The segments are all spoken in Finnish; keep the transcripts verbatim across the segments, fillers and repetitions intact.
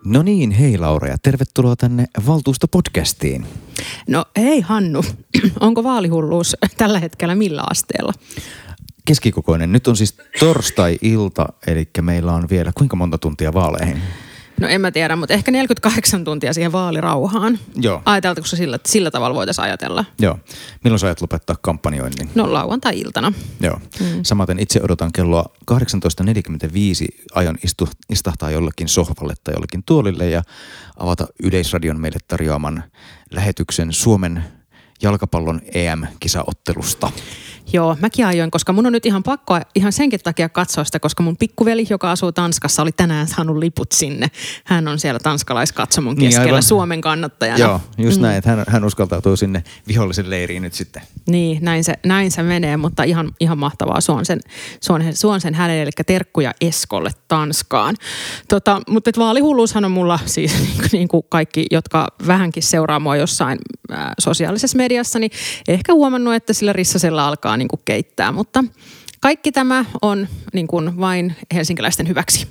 No niin, hei Laura ja tervetuloa tänne Valtuusto-podcastiin. No hei Hannu, onko vaalihulluus tällä hetkellä millä asteella? Keskikokoinen. Nyt on siis torstai-ilta, eli meillä on vielä kuinka monta tuntia vaaleihin? No en mä tiedä, mutta ehkä neljäkymmentäkahdeksan tuntia siihen vaalirauhaan. Joo. Ajatelteko sillä, että sillä tavalla voitaisiin ajatella? Joo. Milloin sä ajat lopettaa kampanjoinnin? No lauantai-iltana. Joo. Mm. Samaten itse odotan kelloa kahdeksantoista neljäkymmentäviisi aion istu, istahtaa jollekin sohvalle tai jollekin tuolille ja avata Yleisradion meille tarjoaman lähetyksen Suomen jalkapallon E M-kisaottelusta. Joo, mäkin ajoin, koska mun on nyt ihan pakko ihan senkin takia katsoa sitä, koska mun pikkuveli, joka asuu Tanskassa, oli tänään saanut liput sinne. Hän on siellä tanskalaiskatsomon keskellä niin, Suomen kannattajana. Joo, just mm. näin, että hän, hän uskaltautuu sinne vihollisen leiriin nyt sitten. Niin, näin se, näin se menee, mutta ihan, ihan mahtavaa. Suon sen, suon, suon sen hänelle, eli terkkuja Eskolle Tanskaan. Tota, mutta vaalihulluushan on mulla siis niin kuin, niin kuin kaikki, jotka vähänkin seuraa mua jossain äh, sosiaalisessa mediassa, niin ehkä huomannut, että sillä Rissasella alkaa niin kuin keittää, mutta kaikki tämä on niin kuin vain helsinkiläisten hyväksi.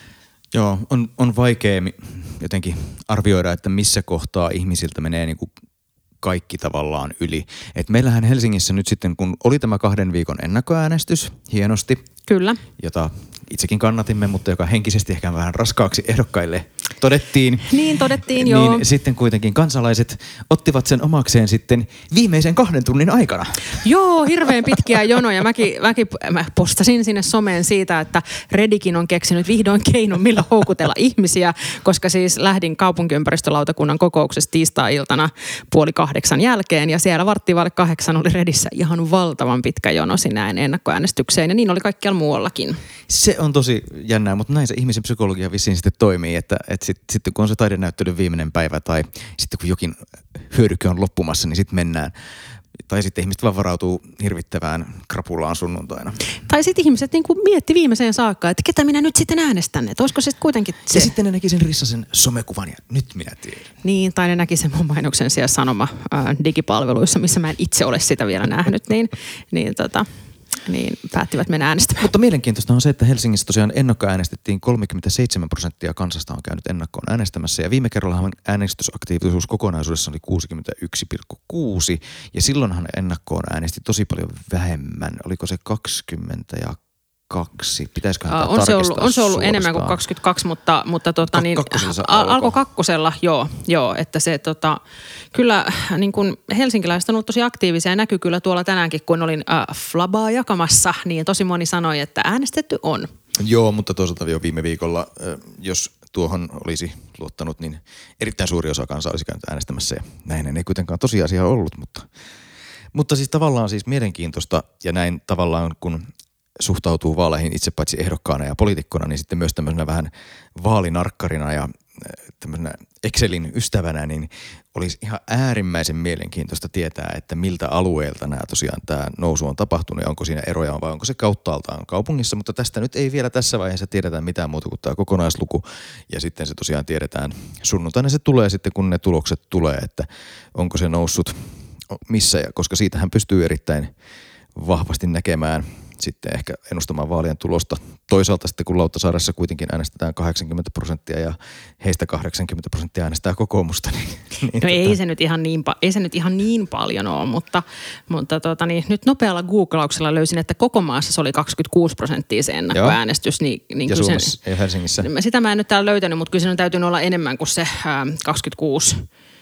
Joo, on, on vaikea jotenkin arvioida, että missä kohtaa ihmisiltä menee niin kuin kaikki tavallaan yli. Et meillähän Helsingissä nyt sitten, kun oli tämä kahden viikon ennakkoäänestys, hienosti. Kyllä. Jota itsekin kannatimme, mutta joka henkisesti ehkä vähän raskaaksi ehdokkaille todettiin. Niin todettiin, joo. Niin sitten kuitenkin kansalaiset ottivat sen omakseen sitten viimeisen kahden tunnin aikana. Joo, hirveän pitkiä jonoja. Mäkin, mäkin mä postasin sinne someen siitä, että Redikin on keksinyt vihdoin keinon, millä houkutella ihmisiä, koska siis lähdin kaupunkiympäristölautakunnan kokouksesta tiistai-iltana puoli kahdeksan jälkeen ja siellä varttivaille kahdeksan oli Redissä ihan valtavan pitkä jono sinä ennakkoäänestykseen ja niin oli kaikkialla muuallakin. Se on tosi jännää, mutta näin se ihmisen psykologia vissiin sitten toimii, että, että sitten sit, kun on se taidenäyttelyn viimeinen päivä tai sitten kun jokin hyödyke on loppumassa, niin sitten mennään. Tai sitten ihmiset vaan varautuu hirvittävään krapulaan sunnuntaina. Tai sitten ihmiset niin kuin mietti viimeiseen saakka, että ketä minä nyt sitten äänestän, että olisiko se kuitenkin se. Ja sitten ne näki sen Rissasen somekuvan ja nyt minä tiedän. Niin, tai ne näki sen mun mainoksen siellä sanoma ää, digipalveluissa, missä mä en itse ole sitä vielä nähnyt, niin, niin tota... niin päättivät mennä äänestämään. Mutta mielenkiintoista on se, että Helsingissä tosiaan ennakkoäänestettiin kolmekymmentäseitsemän prosenttia kansasta on käynyt ennakkoon äänestämässä ja viime kerrallahan äänestysaktiivisuus kokonaisuudessa oli kuusikymmentäyksi pilkku kuusi ja silloinhan ennakkoon äänesti tosi paljon vähemmän. Oliko se kaksikymmentä ja kaksi? Pitäisiköhän tämä on se ollut, on se ollut suorastaan enemmän kuin kaksikymmentäkaksi, mutta, mutta tota, niin, alkoi alko kakkosella, joo, joo, että se tota, kyllä niin kuin helsinkiläiset on ollut tosi aktiivisia ja näkyy kyllä tuolla tänäänkin, kun olin äh, flabaa jakamassa, niin tosi moni sanoi, että äänestetty on. Joo, mutta toisaalta jo viime viikolla, jos tuohon olisi luottanut, niin erittäin suuri osa kansaa olisi käynyt äänestämässä ja näin ei kuitenkaan tosiasia ollut, mutta, mutta siis tavallaan siis mielenkiintoista ja näin tavallaan kun suhtautuu vaaleihin itse paitsi ehdokkaana ja poliitikkona, niin sitten myös tämmöisenä vähän vaalinarkkarina ja tämmöisenä Excelin ystävänä, niin olisi ihan äärimmäisen mielenkiintoista tietää, että miltä alueelta nämä tosiaan tämä nousu on tapahtunut ja onko siinä eroja vai onko se kauttaaltaan kaupungissa, mutta tästä nyt ei vielä tässä vaiheessa tiedetä mitään muuta kuin tämä kokonaisluku ja sitten se tosiaan tiedetään sunnuntaina se tulee sitten kun ne tulokset tulee, että onko se noussut missä ja koska siitähän pystyy erittäin vahvasti näkemään sitten ehkä ennustamaan vaalien tulosta. Toisaalta sitten kun Lauttasaaressa kuitenkin äänestetään kahdeksankymmentä prosenttia ja heistä kahdeksankymmentä prosenttia äänestää kokoomusta. Niin, niin no tota... ei, se nyt ihan niin, ei se nyt ihan niin paljon ole, mutta, mutta tota, niin, nyt nopealla googlauksella löysin, että koko maassa se oli kaksikymmentäkuusi prosenttia se ennakkoäänestys. Niin, niin ja Suomessa sen, ja Helsingissä? Sitä mä en nyt täällä löytänyt, mutta kyllä se on täytynyt olla enemmän kuin se ää, kaksikymmentäkuusi.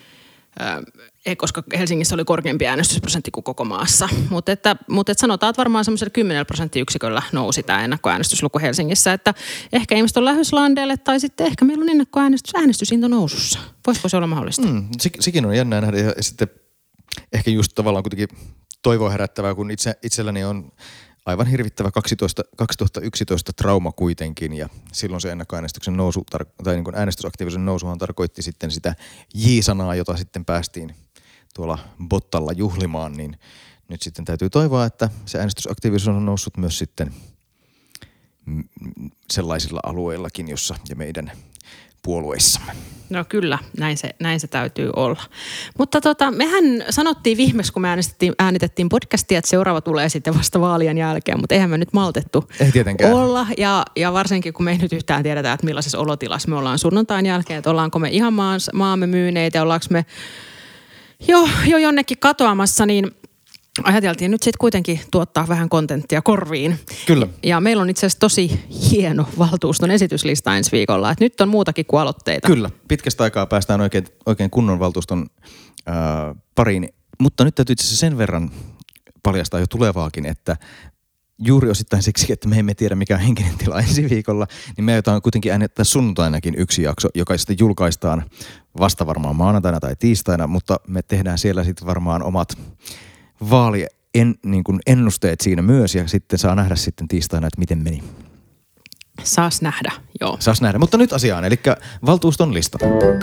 Ää, ei, koska Helsingissä oli korkeampi äänestysprosentti kuin koko maassa. Mutta että, mutta että sanotaan, että varmaan semmoisella kymmenen prosenttiyksiköllä nousi tämä ennakkoäänestysluku Helsingissä. Että ehkä ihmiset on lähdössä landeelle tai sitten ehkä meillä on ennakkoäänestys, äänestysinto nousussa. Voisiko se olla mahdollista? Mm, sekin on jännää nähdä ja sitten ehkä just tavallaan kuitenkin toivoa herättävää, kun itse, itselläni on aivan hirvittävä kaksitoista, kaksituhattayksitoista trauma kuitenkin ja silloin se ennakkoäänestyksen nousu tai niin kuin äänestysaktiivisuuden nousuhan tarkoitti sitten sitä J-sanaa, jota sitten päästiin tuolla Bottalla juhlimaan, niin nyt sitten täytyy toivoa, että se äänestysaktiivisuus on noussut myös sitten sellaisilla alueillakin, jossa ja meidän puolueissamme. No kyllä, näin se, näin se täytyy olla. Mutta tota, mehän sanottiin viimeksi, kun me äänestettiin, äänitettiin podcastia, että seuraava tulee sitten vasta vaalien jälkeen, mutta eihän me nyt maltettu ei tietenkään olla. Ja, ja varsinkin, kun me ei nyt yhtään tiedetä, että millaisessa olotilassa me ollaan sunnuntain jälkeen, että ollaanko me ihan maan, maamme myyneitä, ollaanko me jo, jo jonnekin katoamassa, niin ajateltiin nyt sitten kuitenkin tuottaa vähän kontenttia korviin. Kyllä. Ja meillä on itse asiassa tosi hieno valtuuston esityslista ensi viikolla. Että nyt on muutakin kuin aloitteita. Kyllä. Pitkästä aikaa päästään oikein, oikein kunnon valtuuston äh, pariin. Mutta nyt täytyy itse asiassa sen verran paljastaa jo tulevaakin, että juuri osittain siksi, että me emme tiedä mikä on henkinen tila ensi viikolla, niin me aiotaan kuitenkin äänettää sunnuntainakin yksi jakso, joka sitten julkaistaan vasta varmaan maanantaina tai tiistaina, mutta me tehdään siellä sitten varmaan omat vaali en, niin kuin ennusteet siinä myös ja sitten saa nähdä sitten tiistaina, että miten meni. Saas nähdä, joo. Saas nähdä, mutta nyt asiaan, eli valtuuston lista.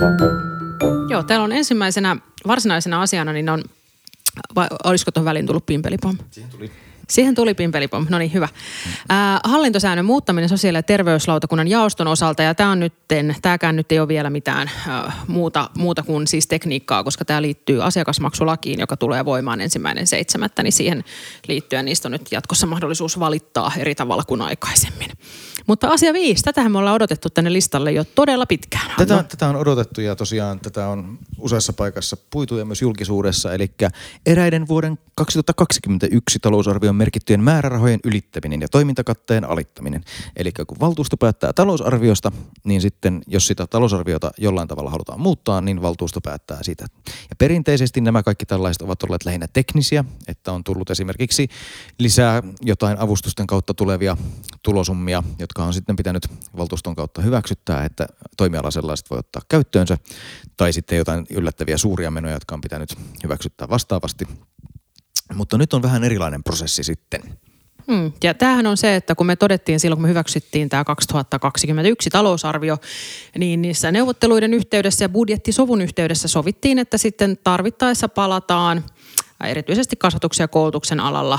Joo, täällä on ensimmäisenä varsinaisena asiana, niin on, vai olisiko tuon väliin tullut pimpelipom? Siihen tuli. Siihen tuli pimpelipom, no niin hyvä. Ää, hallintosäännön muuttaminen sosiaali- ja terveyslautakunnan jaoston osalta, ja tämä on nytten, tämäkään nyt ei ole vielä mitään ää, muuta, muuta kuin siis tekniikkaa, koska tämä liittyy asiakasmaksulakiin, joka tulee voimaan ensimmäinen seitsemättä, niin siihen liittyen niistä on nyt jatkossa mahdollisuus valittaa eri tavalla kuin aikaisemmin. Mutta asia viisi, tätähän me ollaan odotettu tänne listalle jo todella pitkään. Tätä, tätä on odotettu ja tosiaan tätä on useassa paikassa puitu ja myös julkisuudessa, eli eräiden vuoden kaksituhattakaksikymmentäyksi talousarvion merkittyjen määrärahojen ylittäminen ja toimintakatteen alittaminen. Eli kun valtuusto päättää talousarviosta, niin sitten jos sitä talousarviota jollain tavalla halutaan muuttaa, niin valtuusto päättää sitä. Ja perinteisesti nämä kaikki tällaiset ovat olleet lähinnä teknisiä, että on tullut esimerkiksi lisää jotain avustusten kautta tulevia tulosummia, jotka on sitten pitänyt valtuuston kautta hyväksyttää, että toimiala sellaiset voi ottaa käyttöönsä, tai sitten jotain yllättäviä suuria menoja, jotka on pitänyt hyväksyttää vastaavasti. Mutta nyt on vähän erilainen prosessi sitten. Hmm. Ja tämähän on se, että kun me todettiin silloin, kun me hyväksyttiin tämä kaksituhattakaksikymmentäyksi talousarvio, niin niissä neuvotteluiden yhteydessä ja budjettisovun yhteydessä sovittiin, että sitten tarvittaessa palataan erityisesti kasvatuksen ja koulutuksen alalla,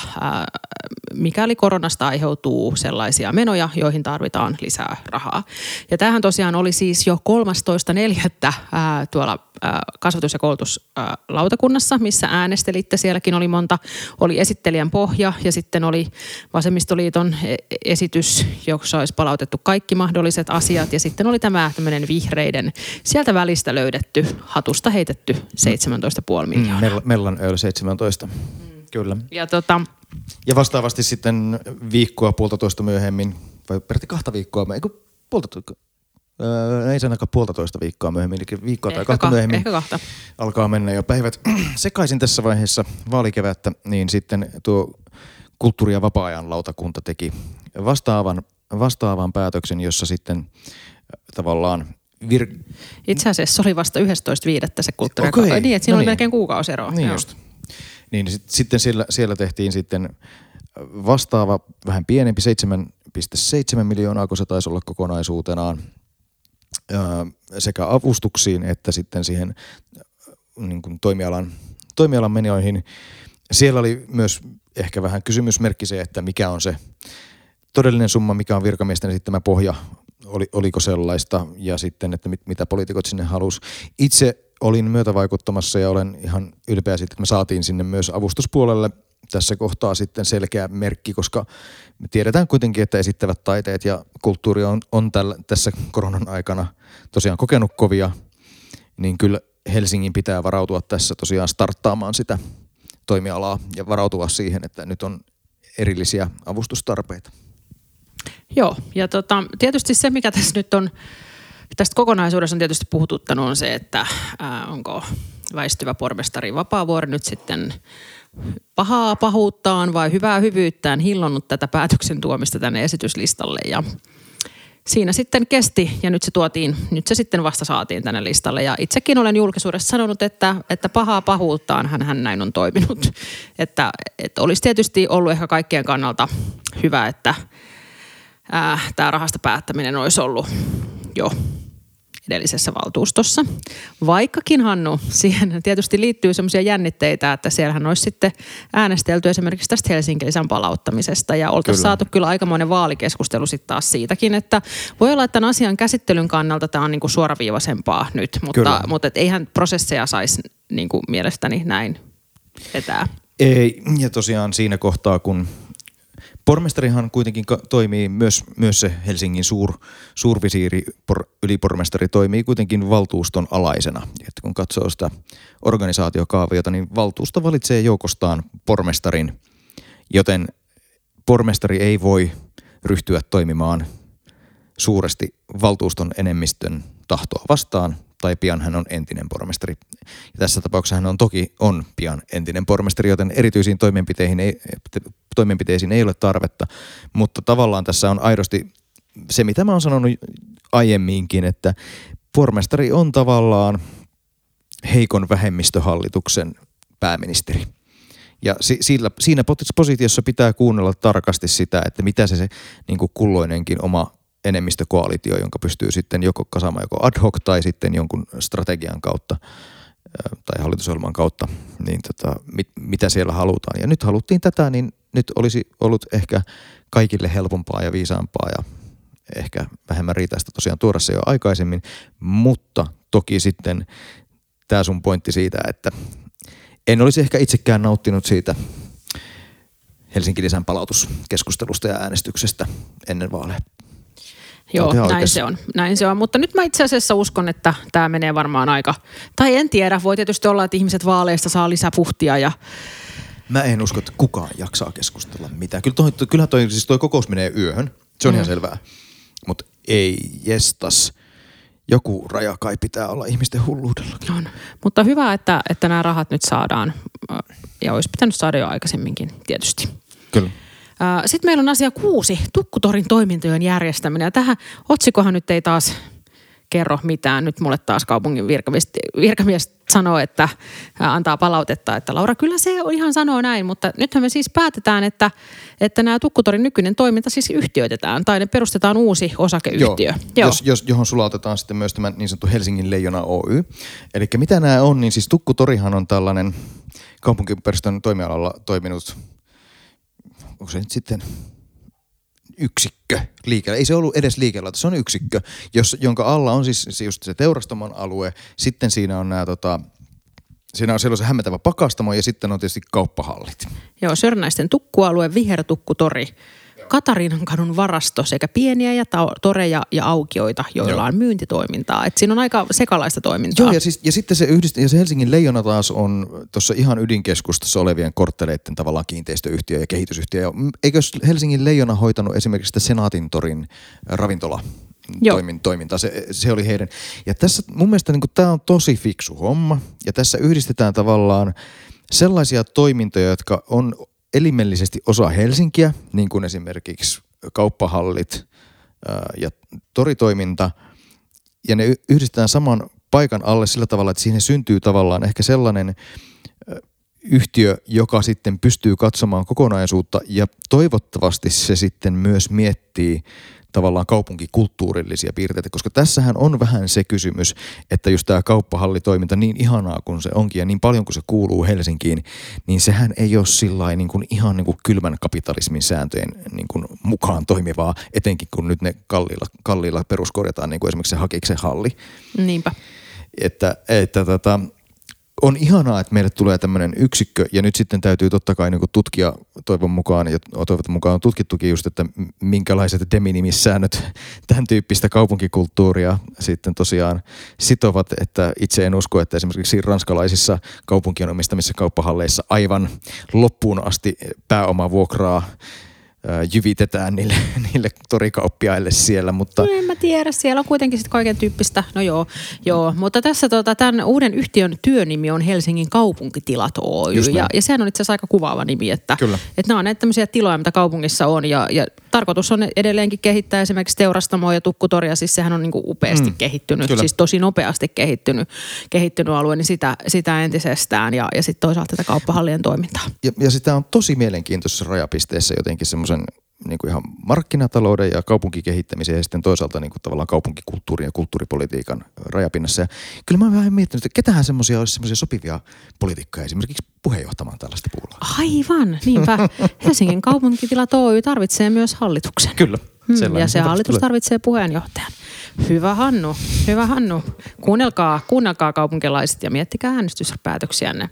mikäli koronasta aiheutuu sellaisia menoja, joihin tarvitaan lisää rahaa. Ja tämähän tosiaan oli siis jo kolmastoista neljättä tuolla kasvatus- ja koulutuslautakunnassa, missä äänestelitte. Sielläkin oli monta, oli esittelijän pohja ja sitten oli Vasemmistoliiton esitys, jossa olisi palautettu kaikki mahdolliset asiat. Ja sitten oli tämä tämmöinen vihreiden sieltä välistä löydetty, hatusta heitetty seitsemäntoista pilkku viisi miljoonaa. Mm, Mellan öl seitsemäntoista, mm. kyllä. Ja, tota, ja vastaavasti sitten viikkoa puolitoista myöhemmin, vai peräti kahta viikkoa, eikö puolitoista, Öö, ei sen aika puolitoista viikkoa myöhemmin, eli viikkoa tai kahta ka- myöhemmin kahta. alkaa mennä jo päivät sekaisin tässä vaiheessa vaalikevättä, niin sitten tuo kulttuuri- ja vapaa-ajan lautakunta teki vastaavan, vastaavan päätöksen, jossa sitten tavallaan vir... Itse asiassa oli vasta yhdestoista viidettä se kulttuuri. Okay. Niin, että siinä no oli niin. melkein kuukausi eroa. Niin just. Niin sit, sitten siellä, siellä tehtiin sitten vastaava vähän pienempi seitsemän pilkku seitsemän miljoonaa, kun se taisi olla kokonaisuutenaan sekä avustuksiin että sitten siihen niin kuin toimialan, toimialan menoihin. Siellä oli myös ehkä vähän kysymysmerkki se, että mikä on se todellinen summa, mikä on virkamiesten esittämä pohja, oli, oliko sellaista ja sitten, että mit, mitä poliitikot sinne halusi. Itse olin myötävaikuttamassa ja olen ihan ylpeä siitä, että me saatiin sinne myös avustuspuolelle tässä kohtaa sitten selkeä merkki, koska me tiedetään kuitenkin, että esittävät taiteet ja kulttuuri on, on tällä, tässä koronan aikana tosiaan kokenut kovia, niin kyllä Helsingin pitää varautua tässä tosiaan starttaamaan sitä toimialaa ja varautua siihen, että nyt on erillisiä avustustarpeita. Joo, ja tota, tietysti se, mikä tässä nyt on, tästä kokonaisuudessa on tietysti puhututtanut, on se, että ää, onko väistyvä pormestari Vapaavuori nyt sitten pahaa pahuuttaan vai hyvää hyvyyttään hillonnut tätä päätöksen tuomista tänne esityslistalle ja siinä sitten kesti ja nyt se tuotiin, nyt se sitten vasta saatiin tänne listalle ja itsekin olen julkisuudessa sanonut, että, että pahaa pahuuttaan hän, hän näin on toiminut, että, että olisi tietysti ollut ehkä kaikkien kannalta hyvä, että ää, tämä rahasta päättäminen olisi ollut jo edellisessä valtuustossa. Vaikkakin, Hannu, siihen tietysti liittyy semmoisia jännitteitä, että siellähän olisi sitten äänestelty esimerkiksi tästä Helsingin-lisän palauttamisesta ja oltaisiin saatu kyllä aikamoinen vaalikeskustelu sitten taas siitäkin, että voi olla, että tämän asian käsittelyn kannalta tämä on niin kuin suoraviivaisempaa nyt, mutta, mutta et eihän prosesseja saisi niin kuin mielestäni näin vetää. Ei, ja tosiaan siinä kohtaa, kun pormestarihan kuitenkin toimii, myös, myös se Helsingin suur, suurvisiiri, por, ylipormestari toimii kuitenkin valtuuston alaisena. Että kun katsoo sitä organisaatiokaaviota, niin valtuusto valitsee joukostaan pormestarin, joten pormestari ei voi ryhtyä toimimaan suuresti valtuuston enemmistön tahtoa vastaan, tai pian hän on entinen pormestari. Ja tässä tapauksessa hän on toki on pian entinen pormestari, joten erityisiin toimenpiteisiin ei, toimenpiteisiin ei ole tarvetta, mutta tavallaan tässä on aidosti se, mitä mä oon sanonut aiemminkin, että pormestari on tavallaan heikon vähemmistöhallituksen pääministeri. Ja si, sillä, siinä positiossa pitää kuunnella tarkasti sitä, että mitä se, se niin kuin kulloinenkin oma enemmistökoalitio, jonka pystyy sitten joko kasaamaan joko ad hoc tai sitten jonkun strategian kautta tai hallitusohjelman kautta, niin tota, mit, mitä siellä halutaan. Ja nyt haluttiin tätä, niin nyt olisi ollut ehkä kaikille helpompaa ja viisaampaa ja ehkä vähemmän riitaista tosiaan tuoda se jo aikaisemmin, mutta toki sitten tämä sun pointti siitä, että en olisi ehkä itsekään nauttinut siitä Helsingin-lisän palautuskeskustelusta ja äänestyksestä ennen vaaleja. Joo, näin oikeassa. se on. Näin se on. Mutta nyt mä itse asiassa uskon, että tämä menee varmaan aika, tai en tiedä, voi tietysti olla, että ihmiset vaaleista saa lisäpuhtia ja mä en usko, että kukaan jaksaa keskustella mitään. Kyllä toi, kyllähän toi, siis toi kokous menee yöhön, se on mm. ihan selvää, mutta ei jestas. Joku raja kai pitää olla ihmisten hulluudellakin. On. Mutta hyvä, että, että nämä rahat nyt saadaan ja olisi pitänyt saada jo aikaisemminkin tietysti. Kyllä. Sitten meillä on asia kuusi, Tukkutorin toimintojen järjestäminen. Ja tähän otsikohan nyt ei taas kerro mitään. Nyt mulle taas kaupungin virkamies, virkamies sanoo, että antaa palautetta, että Laura, kyllä se ihan sanoo näin, mutta nythän me siis päätetään, että, että nämä Tukkutorin nykyinen toiminta siis yhtiöitetään tai ne perustetaan uusi osakeyhtiö. Joo, Joo. Jos, jos, johon sulautetaan sitten myös tämä niin sanottu Helsingin Leijona Oy. Eli mitä nämä on, niin siis Tukkutorihan on tällainen kaupunkiympäristön toimialalla toiminut, onko se nyt sitten yksikkö liikellä. Ei se ollut edes liikelaitos, se on yksikkö, jos, jonka alla on siis just se teurastamon alue, sitten siinä on nämä tota, siinä on sellaisen hämmentävä pakastamo ja sitten on tietysti kauppahallit. Joo, Sörnäisten tukkualue, Vihertukkutori, Katariinankadun varasto sekä pieniä ja ta- toreja ja aukioita, joilla Joo. on myyntitoimintaa. Et siinä on aika sekalaista toimintaa. Joo, ja, siis, ja sitten se, yhdist- ja se Helsingin Leijona taas on tuossa ihan ydinkeskustassa olevien kortteleiden tavallaan kiinteistöyhtiö ja kehitysyhtiö. Ja eikö Helsingin Leijona hoitanut esimerkiksi sitä Senaatintorin ravintola? Toimin, toimintaa. Se, se oli heidän. Ja tässä mun mielestä niin tämä on tosi fiksu homma. Ja tässä yhdistetään tavallaan sellaisia toimintoja, jotka on elimellisesti osa Helsinkiä, niin kuin esimerkiksi kauppahallit ää, ja toritoiminta. Ja ne yhdistetään saman paikan alle sillä tavalla, että siihen syntyy tavallaan ehkä sellainen ää, yhtiö, joka sitten pystyy katsomaan kokonaisuutta ja toivottavasti se sitten myös miettii tavallaan kaupunkikulttuurillisia piirteitä, koska tässähän on vähän se kysymys, että just tämä kauppahallitoiminta niin ihanaa kuin se onkin ja niin paljon kuin se kuuluu Helsinkiin, niin sehän ei ole sillain niin kuin ihan niin kuin kylmän kapitalismin sääntöjen niin kuin mukaan toimivaa, etenkin kun nyt ne kalliilla, kalliilla peruskorjataan, niin kuin esimerkiksi se Hakiksen halli. Niinpä. Että, että tota, on ihanaa, että meille tulee tämmöinen yksikkö ja nyt sitten täytyy totta kai niin kuin tutkia toivon mukaan ja toivon mukaan on tutkittukin just, että minkälaiset de minimis-säännöt tämän tyyppistä kaupunkikulttuuria sitten tosiaan sitovat, että itse en usko, että esimerkiksi ranskalaisissa kaupunkien omistamissa kauppahalleissa aivan loppuun asti pääomavuokraa jyvitetään niille, niille torikauppiaille siellä, mutta no en mä tiedä, siellä on kuitenkin sitten kaiken tyyppistä, no joo, joo. Mutta tässä tota, tämän uuden yhtiön työnimi on Helsingin kaupunkitilat Oy, ja, ja sehän on itse asiassa aika kuvaava nimi, että, että nämä on näitä tämmöisiä tiloja, mitä kaupungissa on, ja, ja tarkoitus on edelleenkin kehittää esimerkiksi teurastamoa ja tukkutoria, siis sehän on niin kuin upeasti mm, kehittynyt, kyllä. siis tosi nopeasti kehittynyt, kehittynyt alue, niin sitä, sitä entisestään, ja, ja sitten toisaalta tätä kauppahallien toimintaa. Ja, ja sitä on tosi mielenkiintoisessa rajapisteessä jotenkin semmoisen niin kuin ihan markkinatalouden ja kaupunkikehittämisen ja sitten toisaalta niin kuin tavallaan kaupunkikulttuurin ja kulttuuripolitiikan rajapinnassa. Ja kyllä mä oon vähän miettinyt, että ketähän semmoisia olisi semmoisia sopivia poliitikkoja esimerkiksi puheenjohtamaan tällaista puolueita. Aivan, niinpä. Helsingin kaupunkitilat Oy tarvitsee myös hallituksen. Kyllä. Hmm, ja se hallitus tulee. Tarvitsee puheenjohtajan. Hyvä Hannu, hyvä Hannu. Kuunnelkaa, kuunnelkaa kaupunkilaiset ja miettikää äänestyspäätöksiänne.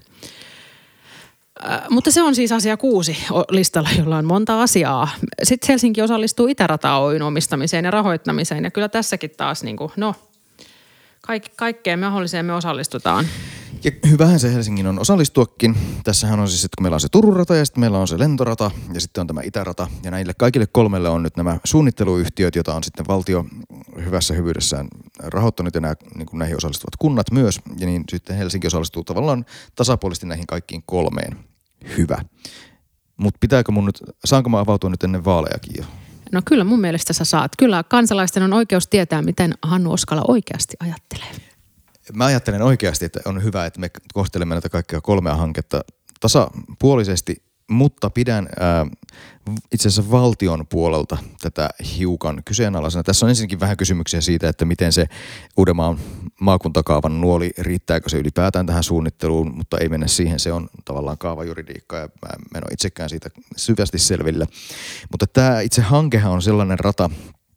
Äh, mutta se on siis asia kuusi listalla, jolla on monta asiaa. Sitten Helsinki osallistuu Itärata Oyn omistamiseen ja rahoittamiseen. Ja kyllä tässäkin taas, niin kuin, no, kaik, kaikkeen mahdolliseen me osallistutaan. Ja hyvähän se Helsingin on osallistuakin. Tässähän on siis, että kun meillä on se Turun rata ja sitten meillä on se lentorata ja sitten on tämä Itärata. Ja näille kaikille kolmelle on nyt nämä suunnitteluyhtiöt, joita on sitten valtio hyvässä hyvyydessään rahoittanut ja nämä, niin kuin näihin osallistuvat kunnat myös. Ja niin sitten Helsinki osallistuu tavallaan tasapuolisesti näihin kaikkiin kolmeen. Hyvä. Mutta pitääkö mun nyt, saanko mä avautua nyt ennen vaalejakin jo? No kyllä mun mielestä sä saat. Kyllä kansalaisten on oikeus tietää, miten Hannu Oskala oikeasti ajattelee. Mä ajattelen oikeasti, että on hyvä, että me kohtelemme näitä kaikkia kolmea hanketta tasapuolisesti, mutta pidän ää, itse asiassa valtion puolelta tätä hiukan kyseenalaisena. Tässä on ensinnäkin vähän kysymyksiä siitä, että miten se Uudenmaan maakuntakaavan nuoli, riittääkö se ylipäätään tähän suunnitteluun, mutta ei mennä siihen. Se on tavallaan kaavajuridiikkaa ja mä en ole itsekään siitä syvästi selvillä. Mutta tämä itse hankehan on sellainen rata,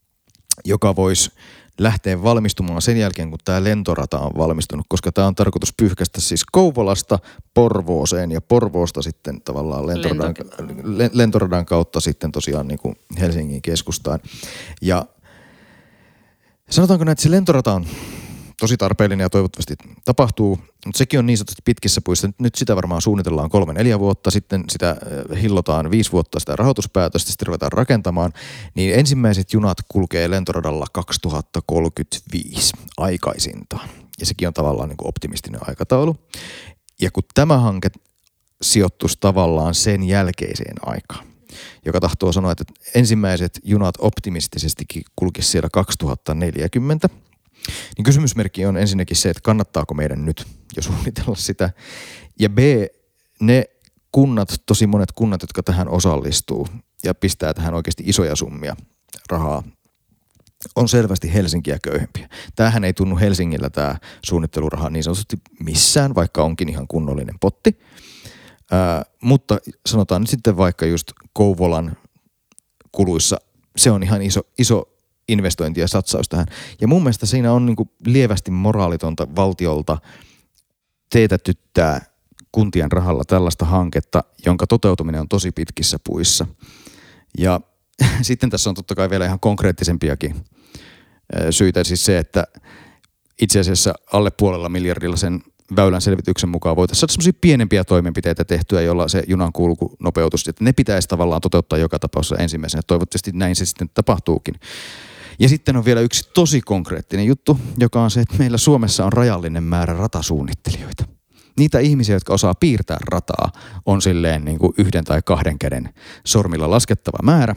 joka voisi lähtee valmistumaan sen jälkeen, kun tämä lentorata on valmistunut, koska tämä on tarkoitus pyyhkäistä siis Kouvolasta Porvooseen ja Porvoosta sitten tavallaan lentoradan, lentoradan kautta sitten tosiaan niin kuin Helsingin keskustaan. Ja sanotaanko näin, että se lentorata on tosi tarpeellinen ja toivottavasti tapahtuu, mutta sekin on niin sanotusti pitkissä puissa. Nyt sitä varmaan suunnitellaan kolme, neljä vuotta, sitten sitä hillotaan viisi vuotta sitä rahoituspäätöstä, sitten ruvetaan rakentamaan. Niin ensimmäiset junat kulkee lentoradalla kaksituhattakolmekymmentäviisi aikaisintaan. Ja sekin on tavallaan niin kuin optimistinen aikataulu. Ja kun tämä hanke sijoittuisi tavallaan sen jälkeiseen aikaan, joka tahtoo sanoa, että ensimmäiset junat optimistisestikin kulkisi siellä kaksituhattaneljäkymmentä, niin kysymysmerkki on ensinnäkin se, että kannattaako meidän nyt jo suunnitella sitä. Ja B, ne kunnat, tosi monet kunnat, jotka tähän osallistuu ja pistää tähän oikeasti isoja summia rahaa, on selvästi Helsinkiä köyhempiä. Tämähän ei tunnu Helsingillä tämä suunnitteluraha niin sanotusti missään, vaikka onkin ihan kunnollinen potti. Ää, mutta sanotaan nyt sitten vaikka just Kouvolan kuluissa, se on ihan iso, iso investointi ja satsaus tähän. Ja mun mielestä siinä on niinku lievästi moraalitonta valtiolta teetätyttää kuntien rahalla tällaista hanketta, jonka toteutuminen on tosi pitkissä puissa. Ja sitten tässä on totta kai vielä ihan konkreettisempiakin syitä, siis se, että itse asiassa alle puolella miljardilla sen väylän selvityksen mukaan voitaisiin saada semmoisia pienempiä toimenpiteitä tehtyä, jolla se junan kulku nopeutus, että ne pitäisi tavallaan toteuttaa joka tapauksessa ensimmäisenä. Toivottavasti näin se sitten tapahtuukin. Ja sitten on vielä yksi tosi konkreettinen juttu, joka on se, että meillä Suomessa on rajallinen määrä ratasuunnittelijoita. Niitä ihmisiä, jotka osaa piirtää rataa, on silleen niin kuin yhden tai kahden käden sormilla laskettava määrä.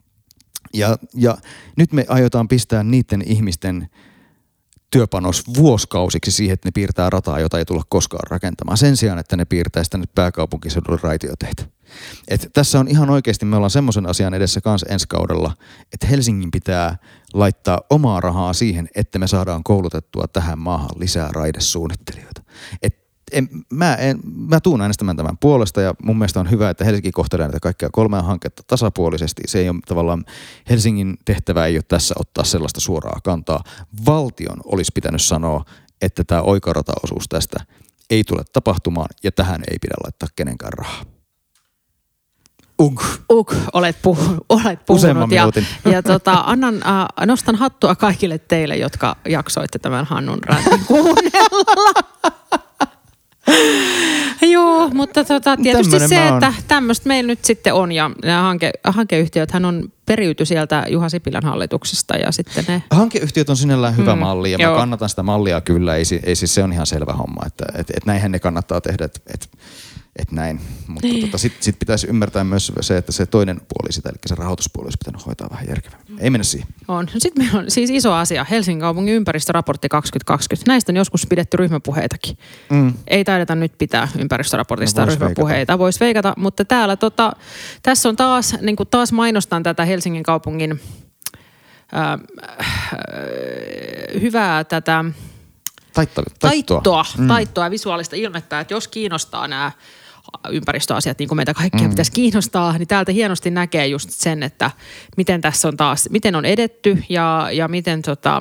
Ja, ja nyt me aiotaan pistää niiden ihmisten työpanos vuoskausiksi siihen, että ne piirtää rataa, jota ei tulla koskaan rakentamaan. Sen sijaan, että ne piirtäisi tänne pääkaupunkiseudulle raitioteitä. Et tässä on ihan oikeasti, me ollaan semmoisen asian edessä kanssa ensi kaudella, että Helsingin pitää laittaa omaa rahaa siihen, että me saadaan koulutettua tähän maahan lisää raidesuunnittelijoita. Et en, mä, en, mä tuun äänestämään tämän puolesta ja mun mielestä on hyvä, että Helsinki kohtelee näitä kaikkia kolmea hanketta tasapuolisesti. Se ei ole tavallaan, Helsingin tehtävä ei ole tässä ottaa sellaista suoraa kantaa. Valtion olisi pitänyt sanoa, että tämä oikorataosuus tästä ei tule tapahtumaan ja tähän ei pidä laittaa kenenkään rahaa. Uk. Uk, olet puhunut. Olet puhunut ja, ja tota, annan, äh, nostan hattua kaikille teille, jotka jaksoitte tämän Hannun rätin kuunnella. Joo, mutta tota, tietysti tämmönen se, että tämmöistä meillä nyt sitten on ja nämä hanke, hankeyhtiöthän on periyty sieltä Juha Sipilän hallituksesta ja sitten ne... Hankeyhtiöt on sinällään hyvä mm, malli ja joo. Mä kannatan sitä mallia kyllä, ei, ei siis se on ihan selvä homma, että et, et näinhän ne kannattaa tehdä, että et, et näin. Mutta tota, sitten sit pitäisi ymmärtää myös se, että se toinen puoli sitä, eli se rahoituspuoli olisi pitänyt hoitaa vähän järkevämmin. Ei mennä siihen. On. Sitten meillä on siis iso asia, Helsingin kaupungin ympäristöraportti kaksituhattakaksikymmentä. Näistä on joskus pidetty ryhmäpuheitakin. Mm. Ei taideta nyt pitää ympäristöraportista no, vois ryhmäpuheita. Voisi veikata, mutta täällä tota, tässä on taas, niin kuin taas mainostan tätä Helsingin kaupungin äh, hyvää tätä taittoa, taittoa, mm. taittoa ja visuaalista ilmettä, että jos kiinnostaa nämä ympäristöasiat, niin kuin meitä kaikkia mm. pitäisi kiinnostaa, niin täältä hienosti näkee just sen, että miten tässä on taas, miten on edetty ja, ja miten tota,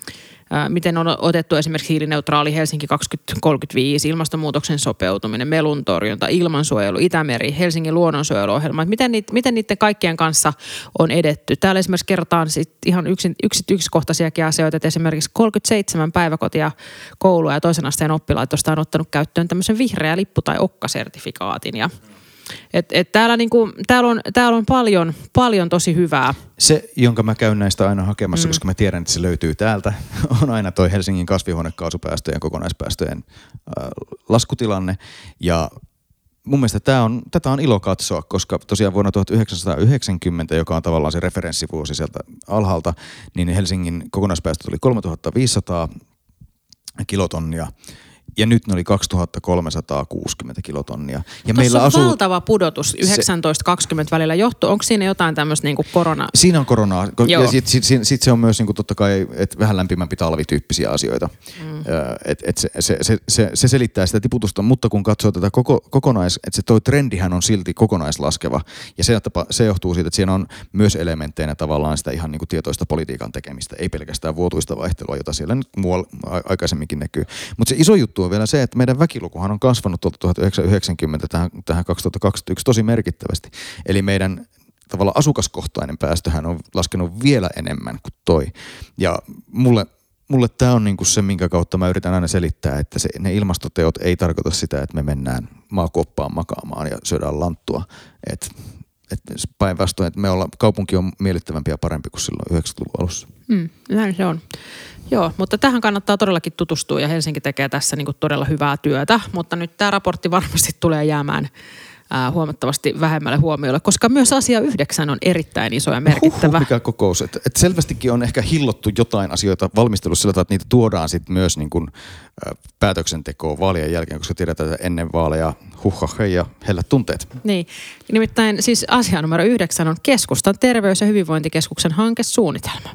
miten on otettu esimerkiksi hiilineutraali Helsinki kaksituhattakolmekymmentäviisi, ilmastonmuutoksen sopeutuminen, melun torjunta, ilmansuojelu, Itämeri, Helsingin luonnonsuojeluohjelma, että miten, niitä, miten niiden kaikkien kanssa on edetty. Täällä esimerkiksi kerrotaan sit ihan yksin, yksit, yksikohtaisiakin asioita, että esimerkiksi kolmekymmentäseitsemän päiväkotia, koulua ja toisen asteen oppilaitosta on ottanut käyttöön tämmöisen vihreä lippu- tai okkasertifikaatin ja Et, et täällä, niinku, täällä, on, täällä on paljon, paljon tosi hyvää. Se, jonka mä käyn näistä aina hakemassa, mm. koska mä tiedän, että se löytyy täältä, on aina toi Helsingin kasvihuonekaasupäästöjen kokonaispäästöjen äh, laskutilanne. Ja mun mielestä tää on, tätä on ilo katsoa, koska tosiaan vuonna tuhatyhdeksänsataayhdeksänkymmentä, joka on tavallaan se referenssivuosi sieltä alhaalta, niin Helsingin kokonaispäästöt oli kolmetuhattaviisisataa kilotonnia. Ja nyt ne oli kaksituhattakolmesataakuusikymmentä kilotonnia. Ja meillä on asuu valtava pudotus yhdeksäntoista kaksikymmentä välillä johtuu. Onko siinä jotain tämmöistä niinku korona? Siinä on koronaa. Joo. Ja sitten sit, sit se on myös niinku totta kai et vähän lämpimämpi talvityyppisiä asioita. Mm. Et, et se, se, se, se, se selittää sitä tiputusta, mutta kun katsoo tätä koko, kokonais, että se toi trendihän on silti kokonaislaskeva. Ja se, se johtuu siitä, että siinä on myös elementteinä tavallaan sitä ihan niinku tietoista politiikan tekemistä. Ei pelkästään vuotuista vaihtelua, jota siellä nyt muualla aikaisemminkin näkyy. Mutta se iso juttu on vielä se, että meidän väkilukuhan on kasvanut tuolta tuhatyhdeksänsataayhdeksänkymmentä tähän, tähän kaksituhattakaksikymmentäyksi tosi merkittävästi. Eli meidän tavallaan asukaskohtainen päästöhän on laskenut vielä enemmän kuin toi. Ja mulle, mulle tämä on niinku se, minkä kautta mä yritän aina selittää, että se, ne ilmastoteot ei tarkoita sitä, että me mennään maakuoppaan makaamaan ja syödään lanttua. Että et päinvastoin, että me ollaan, kaupunki on miellyttävämpi ja parempi kuin silloin yhdeksänkymmentäluvun alussa. Mm, näin se on. Joo, mutta tähän kannattaa todellakin tutustua ja Helsinki tekee tässä niin kuin todella hyvää työtä, mutta nyt tämä raportti varmasti tulee jäämään ää, huomattavasti vähemmälle huomiolle, koska myös asia yhdeksän on erittäin iso ja merkittävä. Huhhuh, mikä kokous. Et, et selvästikin on ehkä hillottu jotain asioita valmistelussa sillä tavalla, että niitä tuodaan sitten myös niin kuin, ä, päätöksentekoon vaalien jälkeen, koska tiedetään, että ennen vaaleja huhhah ja hellät tunteet. Niin, nimittäin siis asia numero yhdeksän on keskustan terveys- ja hyvinvointikeskuksen hankesuunnitelma.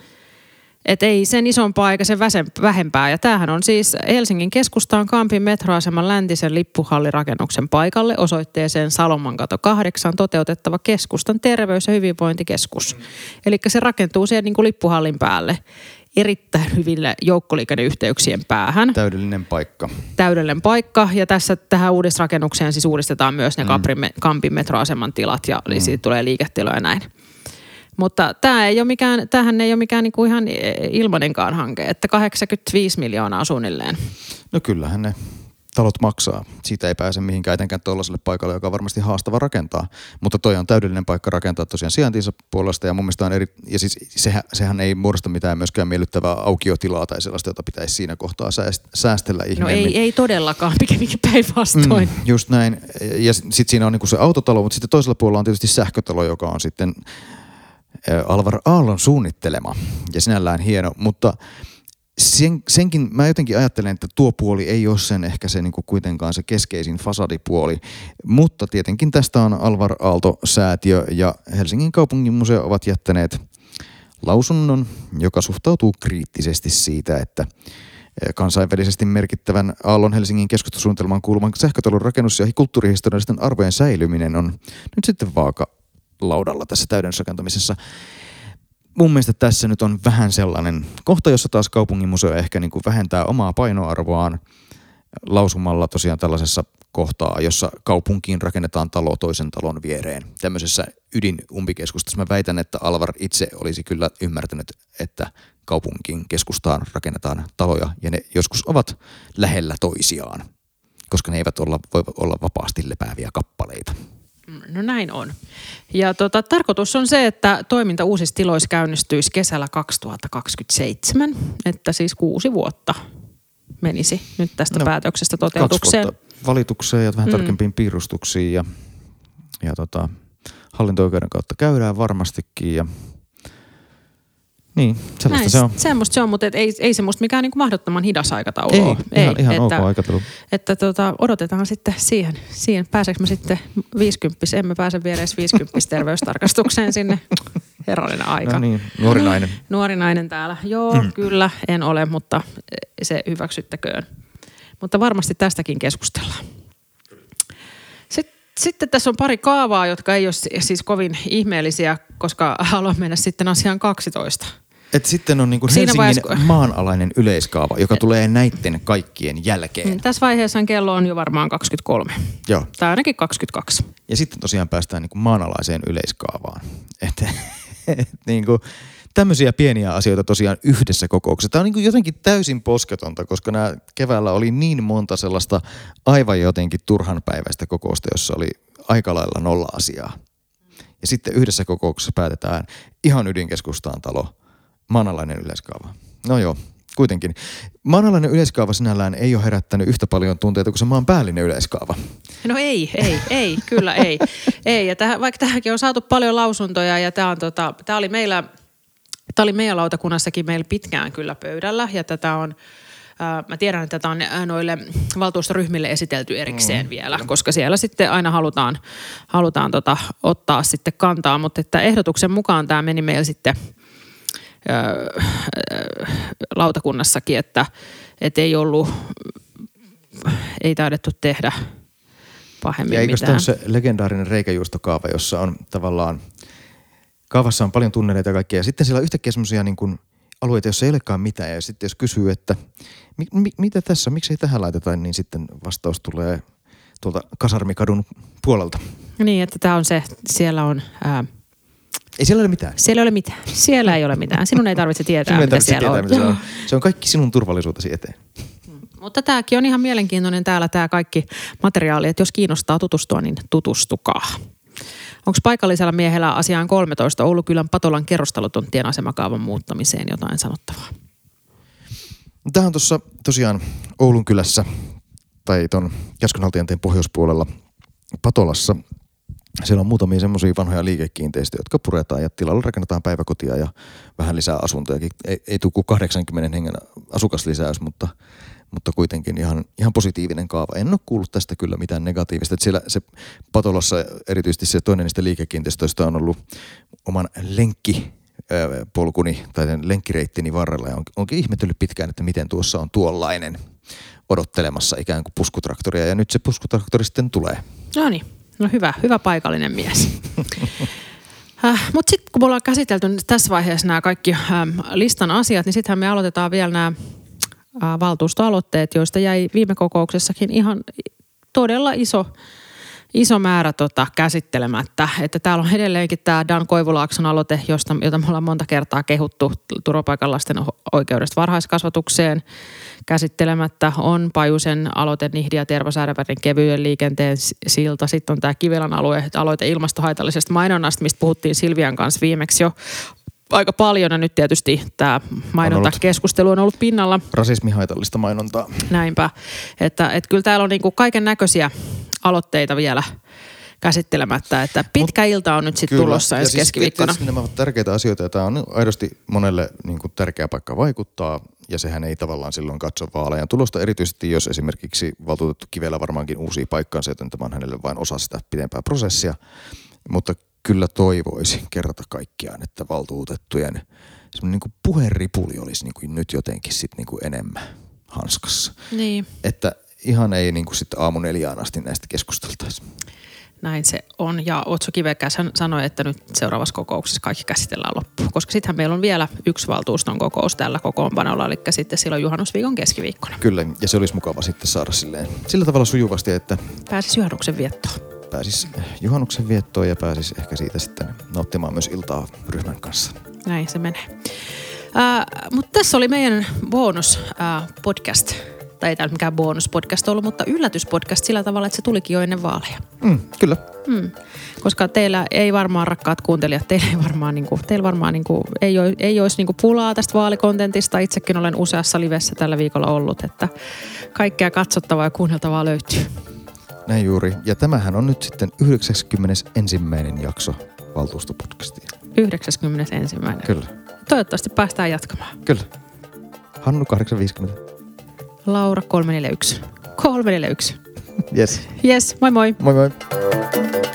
Että ei sen isompaa eikä sen vähempää. Ja tämähän on siis Helsingin keskustaan Kampin metroaseman läntisen lippuhallirakennuksen paikalle osoitteeseen Salomankato kahdeksan toteutettava keskustan terveys- ja hyvinvointikeskus. Eli se rakentuu siihen niin kuin lippuhallin päälle erittäin hyville joukkoliikenneyhteyksien päähän. Täydellinen paikka. Täydellinen paikka. Ja tässä tähän uudisrakennukseen siis uudistetaan myös ne mm. Kampin metroaseman tilat ja mm. siitä tulee liiketiloja näin. Mutta tämä ei ole mikään, tämähän ei ole mikään niinku ihan ilmainenkaan hanke, että kahdeksankymmentäviisi miljoonaa suunnilleen. No kyllähän ne talot maksaa. Siitä ei pääse mihinkään etenkään tuollaiselle paikalle, joka on varmasti haastava rakentaa. Mutta toi on täydellinen paikka rakentaa tosiaan sijaintinsa puolesta ja mun mielestä on eri, ja siis sehän, sehän ei muodosta mitään myöskään miellyttävää aukiotilaa tai sellaista, jota pitäisi siinä kohtaa säästellä ihmeemmin. No ei, ei todellakaan, pikemminkin päinvastoin. Mm, just näin. Ja sitten siinä on niinku se autotalo, mutta sitten toisella puolella on tietysti sähkötalo, joka on sitten Alvar Aallon suunnittelema ja sinällään hieno, mutta sen, senkin mä jotenkin ajattelen, että tuo puoli ei ole sen ehkä se niin kuin kuitenkaan se keskeisin fasadipuoli, mutta tietenkin tästä on Alvar Aalto-säätiö ja Helsingin kaupungin museo ovat jättäneet lausunnon, joka suhtautuu kriittisesti siitä, että kansainvälisesti merkittävän Aallon Helsingin keskustasuunnitelmaan kuuluvan sähkötalon rakennus- ja kulttuurihistoriallisten arvojen säilyminen on nyt sitten vaaka laudalla tässä täydennysrakentamisessa. Mun mielestä tässä nyt on vähän sellainen kohta, jossa taas kaupunginmuseo ehkä niin kuin vähentää omaa painoarvoaan lausumalla tosiaan tällaisessa kohtaa, jossa kaupunkiin rakennetaan talo toisen talon viereen. Tämmöisessä ydinumpikeskustassa mä väitän, että Alvar itse olisi kyllä ymmärtänyt, että kaupunkiin keskustaan rakennetaan taloja ja ne joskus ovat lähellä toisiaan, koska ne eivät olla, voi olla vapaasti lepääviä kappaleita. No näin on. Ja tota, tarkoitus on se, että toiminta uusissa tiloissa käynnistyisi kesällä kaksituhattakaksikymmentäseitsemän, että siis kuusi vuotta menisi nyt tästä no, päätöksestä toteutukseen. Kaksi vuotta valitukseen ja vähän mm. tarkempiin piirustuksiin ja, ja tota, hallinto-oikeuden kautta käydään varmastikin ja niin, sellaista Näin, se on. Semmoista se on, mutta et ei, ei semmoista mikään niinku mahdottoman hidas aikataulu Ei, ole. ihan, ihan että, ok aikataulu. Että tota, odotetaan sitten siihen. siihen. Pääseekö me sitten viisikymppis? Emme pääse vielä edes viisikymppis terveystarkastukseen sinne. Herranen aika. No niin, nuori nainen. Nuori nainen täällä. Joo, mm. kyllä, en ole, mutta se hyväksyttäköön. Mutta varmasti tästäkin keskustellaan. Sitten, sitten tässä on pari kaavaa, jotka ei ole siis kovin ihmeellisiä, koska haluan mennä sitten asiaan kaksitoista. Et sitten on niinku Helsingin vaiheessa, maanalainen yleiskaava, joka tulee näitten kaikkien jälkeen. Tässä vaiheessa kello on jo varmaan kaksikymmentäkolme. Joo. Tai ainakin kaksikymmentäkaksi. Ja sitten tosiaan päästään niinku maanalaiseen yleiskaavaan. Että et niinku tämmöisiä pieniä asioita tosiaan yhdessä kokouksessa. Tämä on niinku jotenkin täysin posketonta, koska nämä keväällä oli niin monta sellaista aivan jotenkin turhanpäiväistä kokousta, jossa oli aika lailla nolla asiaa. Ja sitten yhdessä kokouksessa päätetään ihan ydinkeskustaan talo. Maanalainen yleiskaava. No joo, kuitenkin. Maanalainen yleiskaava sinällään ei ole herättänyt yhtä paljon tunteita kuin se maanpäällinen yleiskaava. No ei, ei, ei, kyllä ei. ei. Ja tähän, vaikka tähänkin on saatu paljon lausuntoja ja tämä on tota, tämä oli meillä, tämä oli meidän lautakunnassakin meillä pitkään kyllä pöydällä ja tätä on, ää, mä tiedän, että tätä on noille valtuustoryhmille esitelty erikseen mm, vielä, kyllä. Koska siellä sitten aina halutaan, halutaan tota, ottaa sitten kantaa, mutta että ehdotuksen mukaan tämä meni meillä sitten lautakunnassakin, että, että ei ollut, ei taidettu tehdä pahemmin ja mitään. Ja eikö se legendaarinen reikäjuustokaava, jossa on tavallaan, kaavassa on paljon tunneleita ja kaikkea, ja sitten siellä on yhtäkkiä semmoisia niin kuin alueita, joissa ei olekaan mitään, ja sitten jos kysyy, että mi, mi, mitä tässä, miksi ei tähän laiteta, niin sitten vastaus tulee tuolta Kasarmikadun puolelta. Niin, että tämä on se, siellä on ää, ei siellä ole mitään. Siellä ei ole mitään. Siellä ei ole mitään. Sinun ei tarvitse tietää, Sinun ei mitä tarvitse siellä tietää, on. Mitä siellä on. Se on kaikki sinun turvallisuutesi eteen. Mutta tämäkin on ihan mielenkiintoinen täällä tämä kaikki materiaali, että jos kiinnostaa tutustua, niin tutustukaa. Onko paikallisella miehellä asiaan kolmetoista Oulukylän Patolan kerrostalotonttien asemakaavan muuttamiseen jotain sanottavaa? Tämä on tuossa tosiaan Oulun kylässä tai tuon Käskynhaltijanteen pohjoispuolella Patolassa. Siellä on muutamia semmoisia vanhoja liikekiinteistöjä, jotka puretaan ja tilalla rakennetaan päiväkotia ja vähän lisää asuntojakin. Ei, ei tule kuin kahdeksankymmenen hengen asukaslisäys, mutta, mutta kuitenkin ihan, ihan positiivinen kaava. En ole kuullut tästä kyllä mitään negatiivista. Että siellä se Patolassa erityisesti se toinen niistä liikekiinteistöistä on ollut oman lenkkipolkuni tai sen lenkkireittini varrella. Ja on, onkin ihmetellyt pitkään, että miten tuossa on tuollainen odottelemassa ikään kuin puskutraktoria. Ja nyt se puskutraktori sitten tulee. No niin. No hyvä, hyvä paikallinen mies. äh, Mutta sitten kun me ollaan käsitelty tässä vaiheessa nämä kaikki äh, listan asiat, niin sittenhän me aloitetaan vielä nämä äh, valtuustoaloitteet, joista jäi viime kokouksessakin ihan todella iso, iso määrä tota, käsittelemättä. Että täällä on edelleenkin tämä Dan Koivulaakson aloite, josta, jota me ollaan monta kertaa kehuttu turvapaikan lasten oikeudesta varhaiskasvatukseen. Käsittelemättä on Pajusen aloite Nihdi ja Tervasäärävärin kevyen liikenteen silta. Sitten on tämä Kivelän alue, aloite ilmastohaitallisesta mainonnasta, mistä puhuttiin Silvian kanssa viimeksi jo aika paljon. Ja nyt tietysti tämä mainontakeskustelu on ollut pinnalla. Rasismihaitallista mainontaa. Näinpä. Että, että kyllä täällä on niinku kaiken näköisiä aloitteita vielä käsittelemättä, että pitkä Mut, ilta on nyt sitten tulossa ensi siis keskiviikkona. Tietysti nämä ovat tärkeitä asioita ja tämä on aidosti monelle niin kuin tärkeä paikka vaikuttaa ja sehän ei tavallaan silloin katso vaaleja tulosta, erityisesti jos esimerkiksi valtuutettu Kivelä varmaankin uusia paikkaansa, joten tämä on hänelle vain osa sitä pidempää prosessia, mutta kyllä toivoisi kerta kaikkiaan, että valtuutettujen semmoinen niin kuin puheripuli olisi niin kuin nyt jotenkin sitten niin kuin enemmän hanskassa. Niin. Että ihan ei niin kuin sitten aamu neljään asti näistä keskusteltaisiin. Näin se on. Ja Otso Kivekäs sanoi, että nyt seuraavassa kokouksessa kaikki käsitellään loppuun. Koska sittenhän meillä on vielä yksi valtuuston kokous tällä kokoonpanolla, eli sitten silloin juhannusviikon keskiviikkona. Kyllä, ja se olisi mukava sitten saada silleen, sillä tavalla sujuvasti, että pääsisi juhannuksen viettoon. Pääsisi juhannuksen viettoon ja pääsisi ehkä siitä sitten nauttimaan myös iltaa ryhmän kanssa. Näin se menee. Äh, mutta tässä oli meidän bonus äh, podcast tai ei tämä mikään bonuspodcast ollut, mutta yllätyspodcast sillä tavalla, että se tulikin jo ennen vaaleja. Mm, kyllä. Mm. Koska teillä ei varmaan, rakkaat kuuntelijat, teillä ei varmaan, niin kuin, teillä varmaan niin kuin, ei, ole, ei olisi niin kuin pulaa tästä vaalikontentista. Itsekin olen useassa livessä tällä viikolla ollut, että kaikkea katsottavaa ja kuunneltavaa löytyy. Näin juuri. Ja tämähän on nyt sitten yhdeksänkymmentäensimmäinen jakso valtuustopodcastia. yhdeksänkymmentäyksi. Kyllä. Toivottavasti päästään jatkamaan. Kyllä. Hannu kahdeksan viisikymmentä. Laura kolme neljä yksi. kolme neljä yksi. Yes. Yes, moi moi. Moi moi.